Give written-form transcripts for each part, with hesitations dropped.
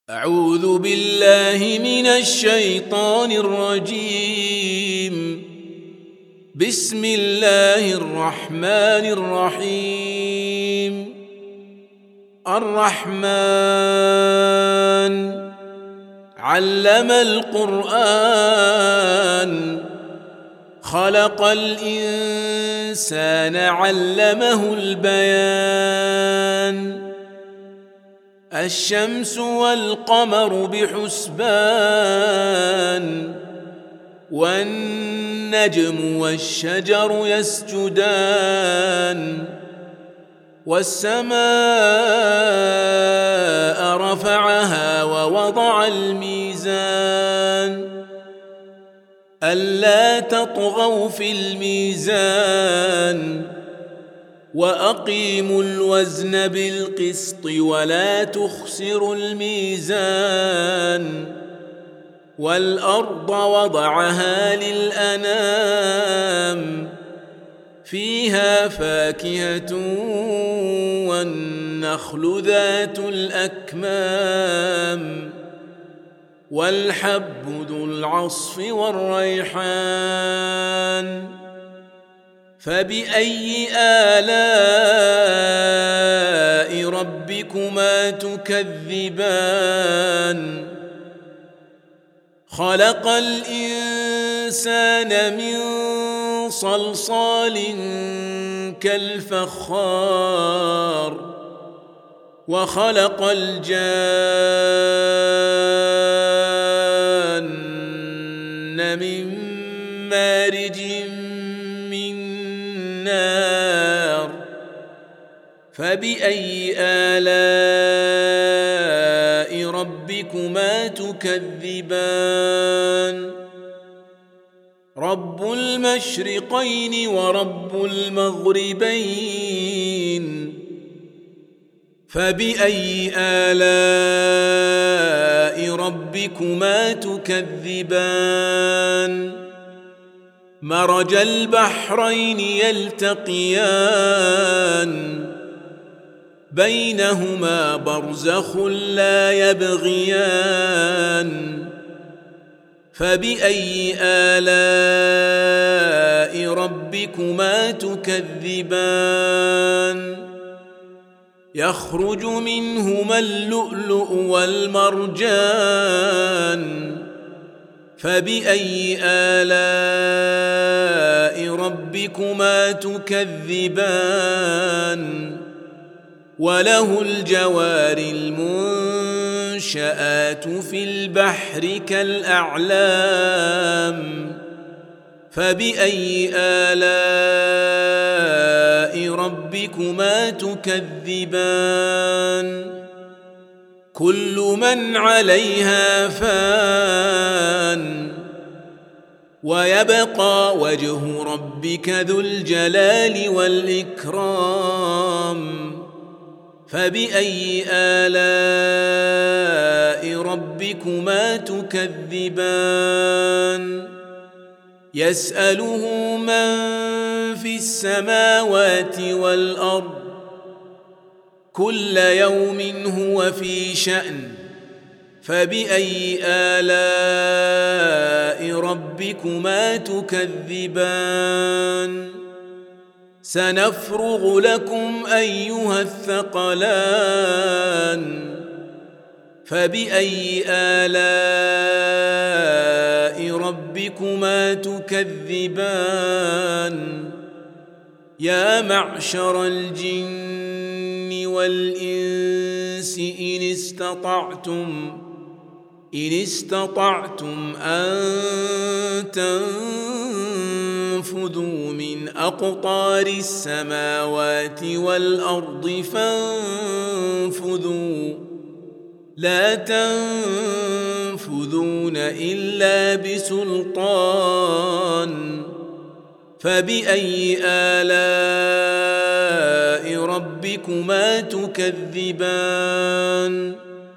أعوذ بالله من الشيطان الرجيم. بسم الله الرحمن الرحيم. الرحمن علم القرآن خلق الإنسان علمه البيان. الشمس والقمر بحسبان والنجم والشجر يسجدان. والسماء رفعها ووضع الميزان ألا تطغوا في الميزان وأقيموا الوزن بالقسط ولا تخسروا الميزان. والأرض وضعها للأنام فيها فاكهة والنخل ذات الأكمام والحب ذو العصف والريحان. فبأي آلاء ربكما تكذبان؟ خلق الإنسان من صلصال كالفخار وخلق الجان من مارج من نار. فبأي آلاء ربكما تكذبان؟ رب المشرقين ورب المغربين. فبأي آلاء ربكما تكذبان؟ مرج البحرين يلتقيان بينهما برزخ لا يبغيان. فبأي آلاء ربكما تكذبان؟ يخرج منهما اللؤلؤ والمرجان. فبأي آلاء ربكما تكذبان؟ وله الجوار المنشآت في البحر كالأعلام. فبأي آلاء ربكما تكذبان؟ كل من عليها فان ويبقى وجه ربك ذو الجلال والإكرام. فبأي آلاء ربكما تكذبان؟ يسأله من في السماوات والأرض كل يوم هو في شأن. فبأي آلاء ربكما تكذبان؟ سنفرغ لكم أيها الثقلان. فبأي آلاء ربكما تكذبان؟ يا معشر الجن والإنس إن استطعتم أن تنفذوا من أقطار السماوات والأرض فانفذوا لا تنفذون إلا بسلطان. فبأي آلاء ربكما تكذبان؟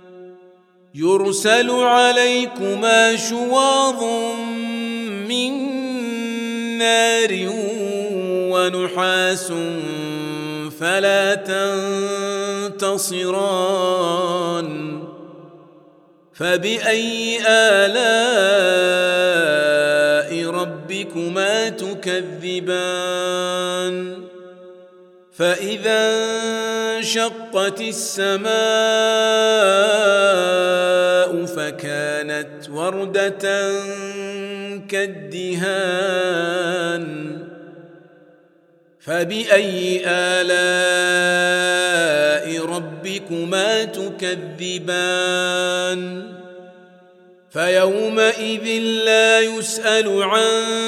يرسل عليكما شواظ من نار ونحاس فلا تنتصران. فبأي آلاء ربكما تكذبان فإذا انشقت السماء فكانت وردة كالدهان فبأي آلاء ربكما تكذبان فيومئذ لا يسأل عن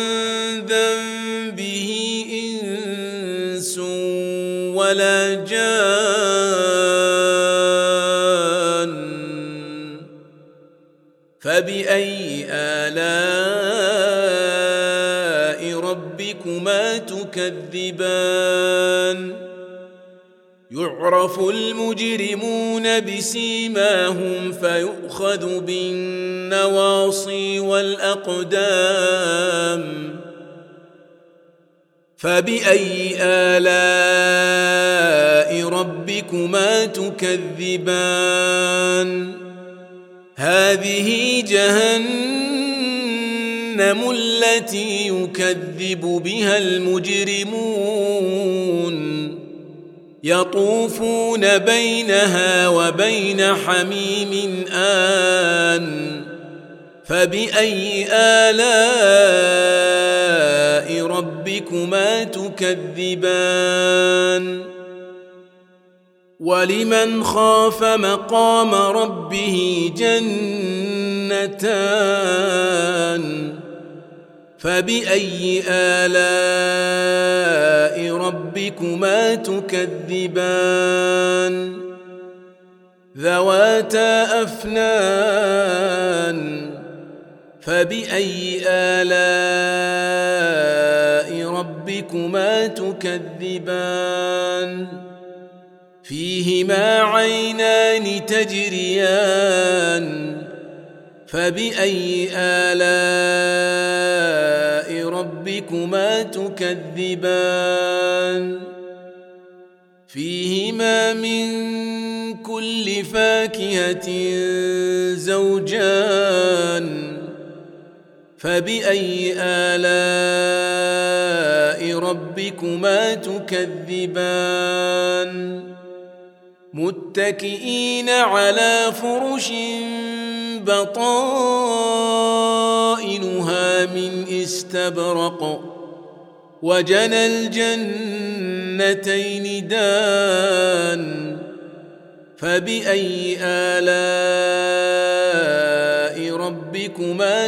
ذنبه إنس ولا جان فبأي آلاء ربكما تكذبان يعرف المجرمون بسيماهم فيؤخذ بالنواصي والأقدام فبأي آلاء ربكما تكذبان هذه جهنم التي يكذب بها المجرمون يطوفون بينها وبين حميم آن فبأي آلاء ربكما تكذبان ولمن خاف مقام ربه جنتان فبأي آلاء ربكما تكذبان ذواتا أفنان فبأي آلاء ربكما تكذبان فيهما عينان تجريان فبأي آلاء ربكما تكذبان فيهما من كل فاكهة زوجان فبأي آلاء ربكما تكذبان متكئين على فرش بطائنها من استبرق وجنى الجنتين دان فبأي آلاء ربكما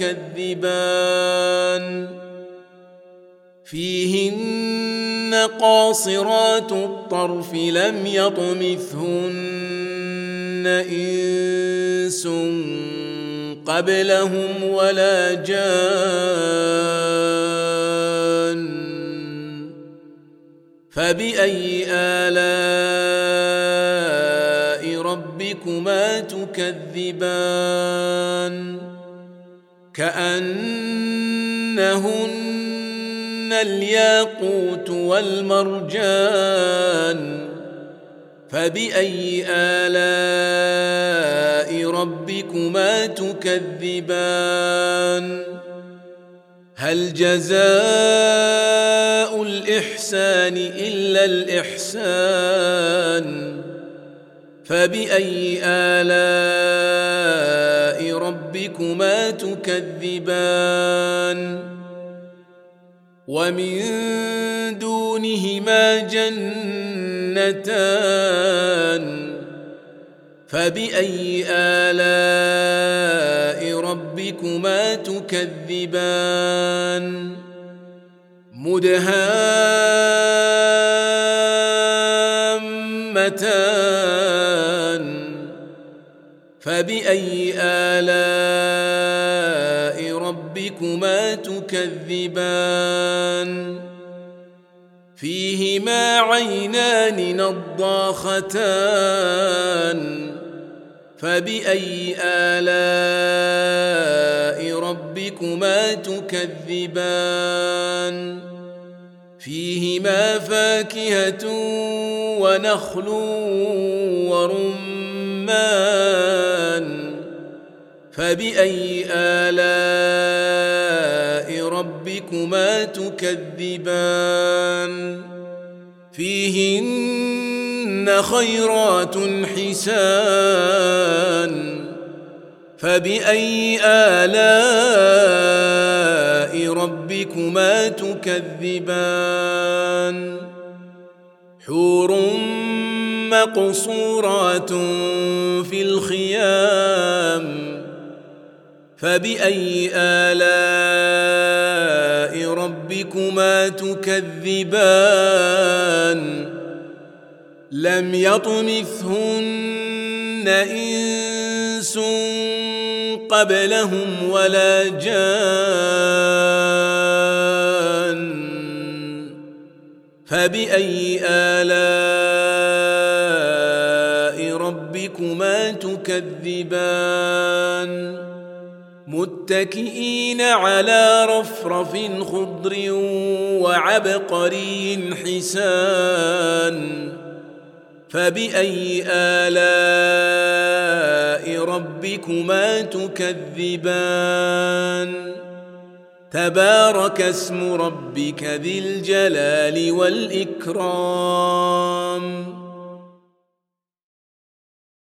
تكذبان فيهن قاصرات الطرف لم يطمثهن إنس قبلهم ولا جان فبأي آلاء ربكما تكذبان كأنهن الياقوت والمرجان فبأي آلاء ربكما تكذبان هل جزاء الإحسان إلا الإحسان فبأي آلاء ربكما تكذبان ومن دونهما جنتان فبأي آلاء ربكما تكذبان مدهامتان فبأي آلاء ربكما تكذبان فيهما عينان نضاختان فبأي آلاء ربكما تكذبان فيهما فاكهة ونخل ورمان فبأي آلاء ربكما تكذبان فيهن خيرات حسان فبأي آلاء ربكما تكذبان حور مقصورات في الخيام فبأي آلاء ربكما تكذبان لم يطمثهن إنس قبلهم ولا جان فبأي آلاء ربكما تكذبان متكئين على رفرف خضر وعبقري حسان فبأي آلاء ربكما تكذبان تبارك اسم ربك ذي الجلال والإكرام